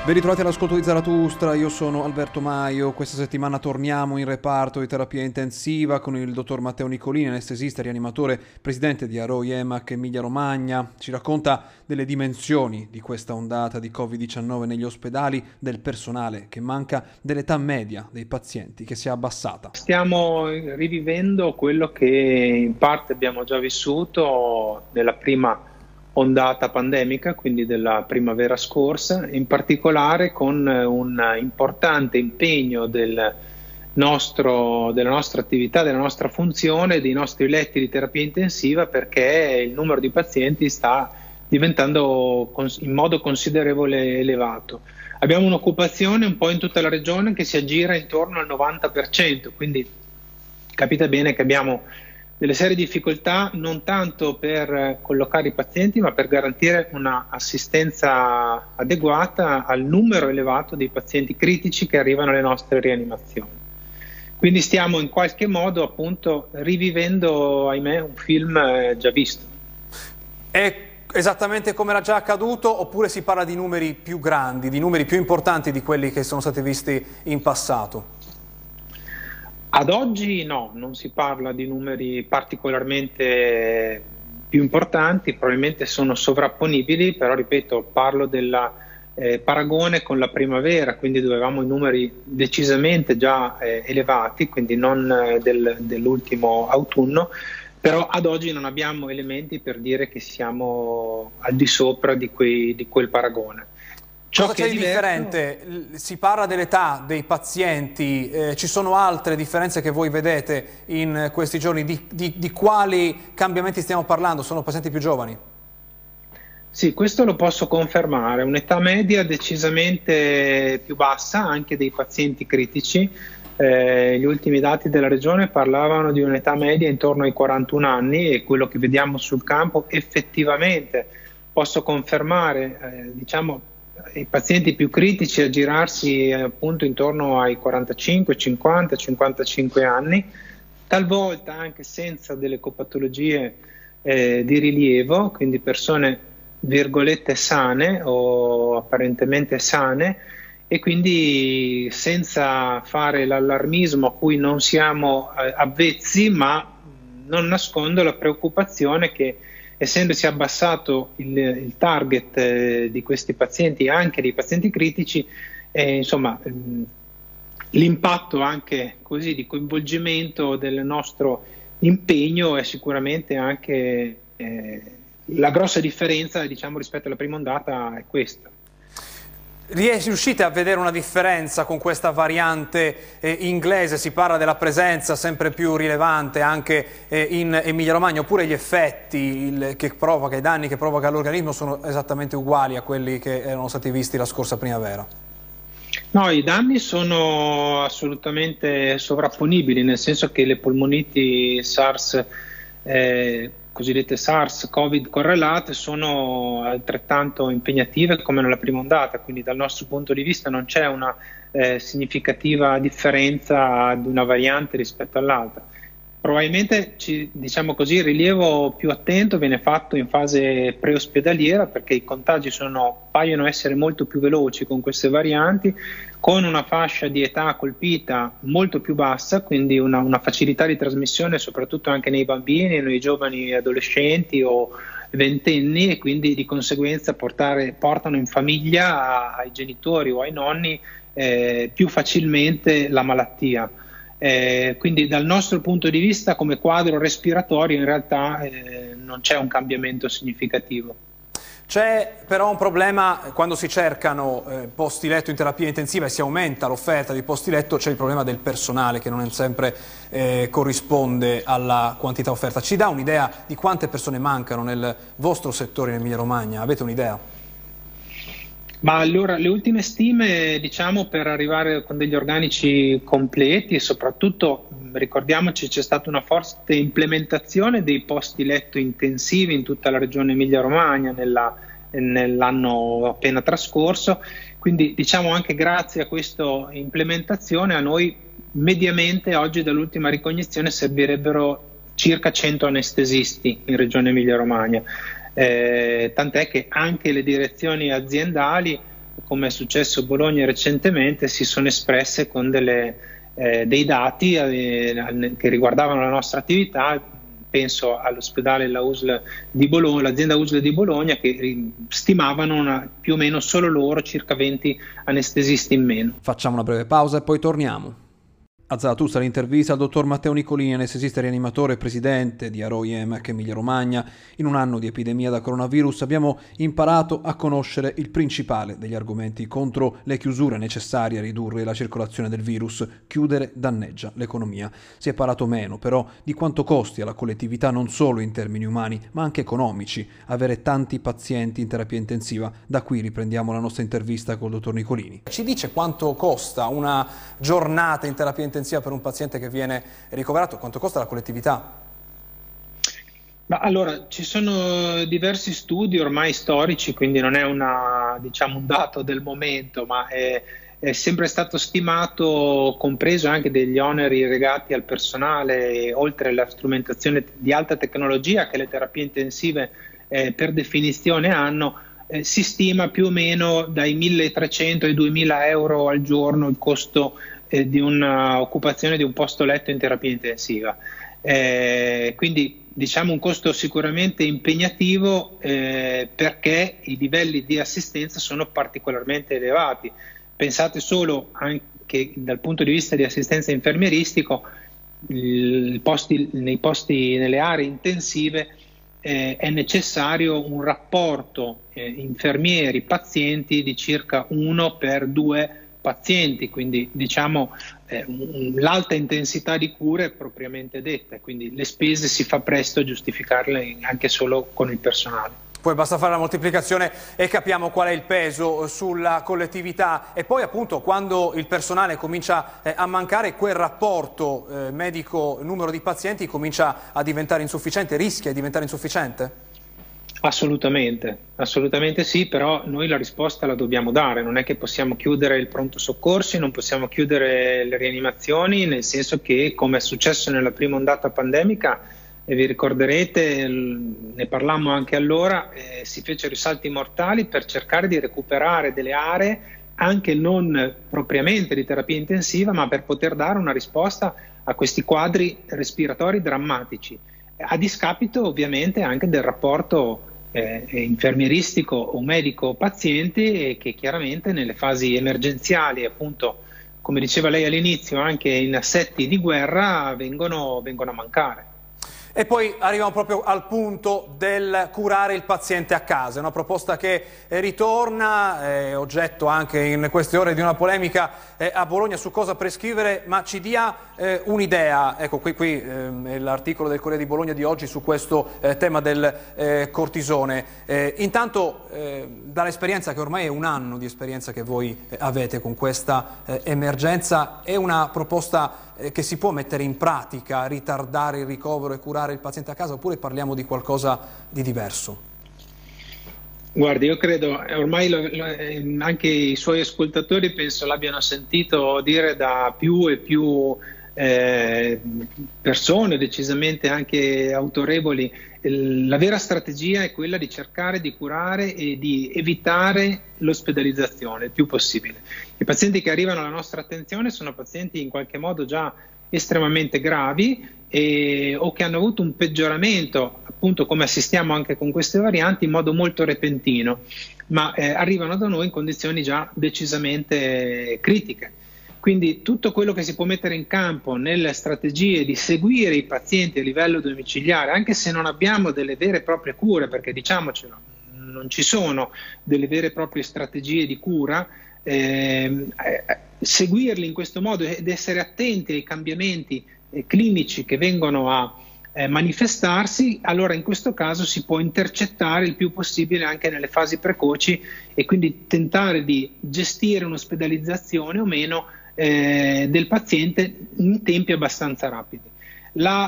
Ben ritrovati all'ascolto di Zarathustra, io sono Alberto Maio. Questa settimana torniamo in reparto di terapia intensiva con il dottor Matteo Nicolini, anestesista, rianimatore, presidente di Aroi EMAC Emilia Romagna. Ci racconta delle dimensioni di questa ondata di Covid-19 negli ospedali, del personale che manca, dell'età media dei pazienti che si è abbassata. Stiamo rivivendo quello che in parte abbiamo già vissuto nella prima ondata pandemica, quindi della primavera scorsa, in particolare con un importante impegno della nostra attività, della nostra funzione, dei nostri letti di terapia intensiva, perché il numero di pazienti sta diventando in modo considerevole elevato. Abbiamo un'occupazione un po' in tutta la regione che si aggira intorno al 90%, quindi capite bene che abbiamo delle serie difficoltà non tanto per collocare i pazienti, ma per garantire una assistenza adeguata al numero elevato di pazienti critici che arrivano alle nostre rianimazioni. Quindi stiamo in qualche modo appunto rivivendo, ahimè, un film già visto. È esattamente come era già accaduto, oppure si parla di numeri più grandi, di numeri più importanti di quelli che sono stati visti in passato? Ad oggi no, non si parla di numeri particolarmente più importanti, probabilmente sono sovrapponibili, però ripeto, parlo del paragone con la primavera, quindi dove avevamo i numeri decisamente già elevati, quindi non dell'ultimo autunno, però ad oggi non abbiamo elementi per dire che siamo al di sopra di quel paragone. Cosa c'è di differente? Si parla dell'età dei pazienti, ci sono altre differenze che voi vedete in questi giorni? Di quali cambiamenti stiamo parlando? Sono pazienti più giovani? Sì, questo lo posso confermare, un'età media decisamente più bassa anche dei pazienti critici. Gli ultimi dati della regione parlavano di un'età media intorno ai 41 anni e quello che vediamo sul campo effettivamente posso confermare, i pazienti più critici a girarsi appunto intorno ai 45, 50, 55 anni, talvolta anche senza delle copatologie di rilievo, quindi persone virgolette sane o apparentemente sane, e quindi senza fare l'allarmismo a cui non siamo avvezzi, ma non nascondo la preoccupazione che, essendosi abbassato il target di questi pazienti, anche dei pazienti critici, l'impatto anche così di coinvolgimento del nostro impegno è sicuramente anche la grossa differenza, diciamo, rispetto alla prima ondata è questa. Riuscite a vedere una differenza con questa variante inglese? Si parla della presenza sempre più rilevante anche in Emilia Romagna, oppure gli effetti che provoca, i danni che provoca all'organismo sono esattamente uguali a quelli che erano stati visti la scorsa primavera? No, i danni sono assolutamente sovrapponibili, nel senso che le polmoniti SARS, cosiddette SARS Covid correlate, sono altrettanto impegnative come nella prima ondata, quindi dal nostro punto di vista non c'è una significativa differenza di una variante rispetto all'altra. Probabilmente diciamo così, il rilievo più attento viene fatto in fase preospedaliera, perché i contagi paiono essere molto più veloci con queste varianti, con una fascia di età colpita molto più bassa, quindi una facilità di trasmissione soprattutto anche nei bambini, nei giovani adolescenti o ventenni, e quindi di conseguenza portano in famiglia ai genitori o ai nonni più facilmente la malattia. Quindi dal nostro punto di vista come quadro respiratorio in realtà non c'è un cambiamento significativo. C'è però un problema quando si cercano posti letto in terapia intensiva e si aumenta l'offerta di posti letto, c'è il problema del personale che non sempre corrisponde alla quantità offerta. Ci dà un'idea di quante persone mancano nel vostro settore in Emilia Romagna? Avete un'idea? Ma allora le ultime stime, diciamo, per arrivare con degli organici completi, e soprattutto ricordiamoci c'è stata una forte implementazione dei posti letto intensivi in tutta la regione Emilia Romagna nell'anno appena trascorso, quindi diciamo anche grazie a questa implementazione a noi mediamente oggi dall'ultima ricognizione servirebbero circa 100 anestesisti in regione Emilia Romagna. Tant'è che anche le direzioni aziendali come è successo a Bologna recentemente, si sono espresse con dei dati che riguardavano la nostra attività. Penso all'ospedale di Bologna, l'azienda USL di Bologna, che stimavano più o meno solo loro circa 20 anestesisti in meno. Facciamo una breve pausa e poi torniamo. A Zarathustra l'intervista al dottor Matteo Nicolini, anestesista rianimatore e presidente di Aroi EMAC Emilia Romagna. In un anno di epidemia da coronavirus abbiamo imparato a conoscere il principale degli argomenti contro le chiusure necessarie a ridurre la circolazione del virus. Chiudere danneggia l'economia. Si è parlato meno però di quanto costi alla collettività, non solo in termini umani ma anche economici, avere tanti pazienti in terapia intensiva. Da qui riprendiamo la nostra intervista col dottor Nicolini. Ci dice quanto costa una giornata in terapia intensiva per un paziente che viene ricoverato? Quanto costa la collettività? Ma allora, ci sono diversi studi ormai storici, quindi non è un dato del momento, ma è sempre stato stimato, compreso anche degli oneri legati al personale, oltre alla strumentazione di alta tecnologia che le terapie intensive per definizione hanno. Si stima più o meno dai 1.300 ai 2.000 euro al giorno il costo di un'occupazione di un posto letto in terapia intensiva. Quindi diciamo un costo sicuramente impegnativo, perché i livelli di assistenza sono particolarmente elevati. Pensate solo anche dal punto di vista di assistenza infermieristico, nelle aree intensive è necessario un rapporto infermieri-pazienti di circa 1 per 2 pazienti, quindi diciamo l'alta intensità di cure propriamente detta, quindi le spese si fa presto a giustificarle anche solo con il personale. Poi basta fare la moltiplicazione e capiamo qual è il peso sulla collettività. E poi appunto quando il personale comincia a mancare, quel rapporto medico-numero di pazienti comincia a diventare insufficiente, rischia di diventare insufficiente? Assolutamente, assolutamente sì, però noi la risposta la dobbiamo dare, non è che possiamo chiudere il pronto soccorsi, non possiamo chiudere le rianimazioni, nel senso che, come è successo nella prima ondata pandemica, e vi ricorderete, ne parlammo anche allora, si fecero i salti mortali per cercare di recuperare delle aree anche non propriamente di terapia intensiva, ma per poter dare una risposta a questi quadri respiratori drammatici, a discapito ovviamente anche del rapporto infermieristico o medico-paziente, che chiaramente nelle fasi emergenziali, appunto come diceva lei all'inizio, anche in assetti di guerra vengono a mancare. E poi arriviamo proprio al punto del curare il paziente a casa, è una proposta che ritorna, è oggetto anche in queste ore di una polemica a Bologna su cosa prescrivere, ma ci dia un'idea. Ecco, qui è l'articolo del Corriere di Bologna di oggi su questo tema del cortisone. Intanto dall'esperienza, che ormai è un anno di esperienza che voi avete con questa emergenza, è una proposta che si può mettere in pratica, ritardare il ricovero e curare il paziente a casa, oppure parliamo di qualcosa di diverso? Guardi, io credo ormai anche i suoi ascoltatori penso l'abbiano sentito dire da più e più persone decisamente anche autorevoli. La vera strategia è quella di cercare di curare e di evitare l'ospedalizzazione il più possibile. I pazienti che arrivano alla nostra attenzione sono pazienti in qualche modo già estremamente gravi o che hanno avuto un peggioramento, appunto come assistiamo anche con queste varianti, in modo molto repentino, ma arrivano da noi in condizioni già decisamente critiche. Quindi tutto quello che si può mettere in campo nelle strategie di seguire i pazienti a livello domiciliare, anche se non abbiamo delle vere e proprie cure, perché diciamocelo, non ci sono delle vere e proprie strategie di cura, seguirli in questo modo ed essere attenti ai cambiamenti clinici che vengono a manifestarsi, allora in questo caso si può intercettare il più possibile anche nelle fasi precoci e quindi tentare di gestire un'ospedalizzazione o meno del paziente in tempi abbastanza rapidi. La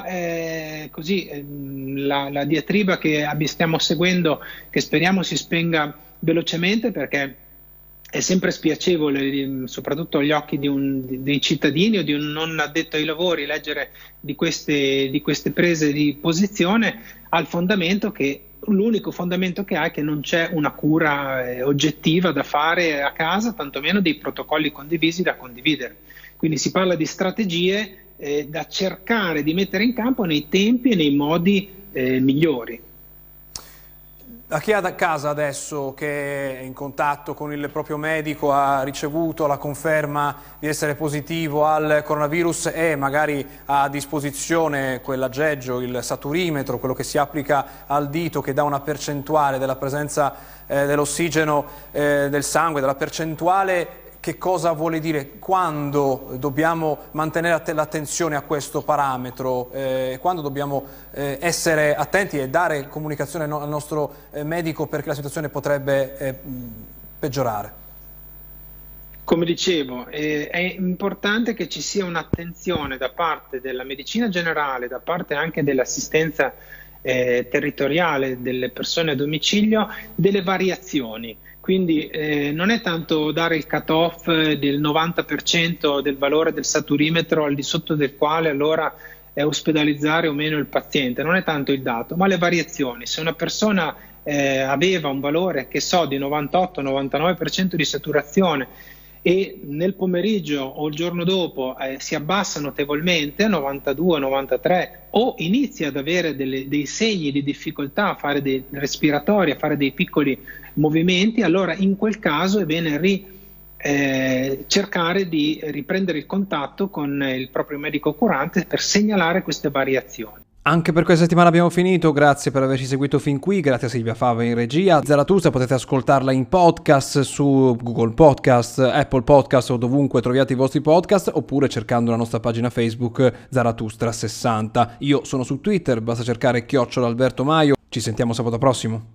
diatriba che stiamo seguendo, che speriamo si spenga velocemente, perché è sempre spiacevole, soprattutto agli occhi dei cittadini o di un non addetto ai lavori, leggere di queste prese di posizione, al fondamento che l'unico fondamento che ha è che non c'è una cura oggettiva da fare a casa, tantomeno dei protocolli condivisi da condividere. Quindi si parla di strategie da cercare di mettere in campo nei tempi e nei modi migliori. A chi è a casa adesso, che è in contatto con il proprio medico, ha ricevuto la conferma di essere positivo al coronavirus e magari ha a disposizione quell'aggeggio, il saturimetro, quello che si applica al dito, che dà una percentuale della presenza dell'ossigeno del sangue, della percentuale, che cosa vuole dire? Quando dobbiamo mantenere l'attenzione a questo parametro? Quando dobbiamo essere attenti e dare comunicazione al nostro medico, perché la situazione potrebbe peggiorare? Come dicevo, è importante che ci sia un'attenzione da parte della medicina generale, da parte anche dell'assistenza territoriale delle persone a domicilio, delle variazioni. Quindi non è tanto dare il cut-off del 90% del valore del saturimetro al di sotto del quale allora è ospedalizzare o meno il paziente, non è tanto il dato, ma le variazioni. Se una persona aveva un valore, che so, di 98-99% di saturazione e nel pomeriggio o il giorno dopo si abbassa notevolmente a 92-93 o inizia ad avere dei segni di difficoltà a fare dei respiratori, a fare dei piccoli movimenti, allora in quel caso è bene cercare di riprendere il contatto con il proprio medico curante per segnalare queste variazioni. Anche per questa settimana abbiamo finito, grazie per averci seguito fin qui, grazie a Silvia Fava in regia. Zarathustra potete ascoltarla in podcast su Google Podcast, Apple Podcast o dovunque troviate i vostri podcast, oppure cercando la nostra pagina Facebook Zarathustra 60. Io sono su Twitter, basta cercare @AlbertoMaio. Ci sentiamo sabato prossimo.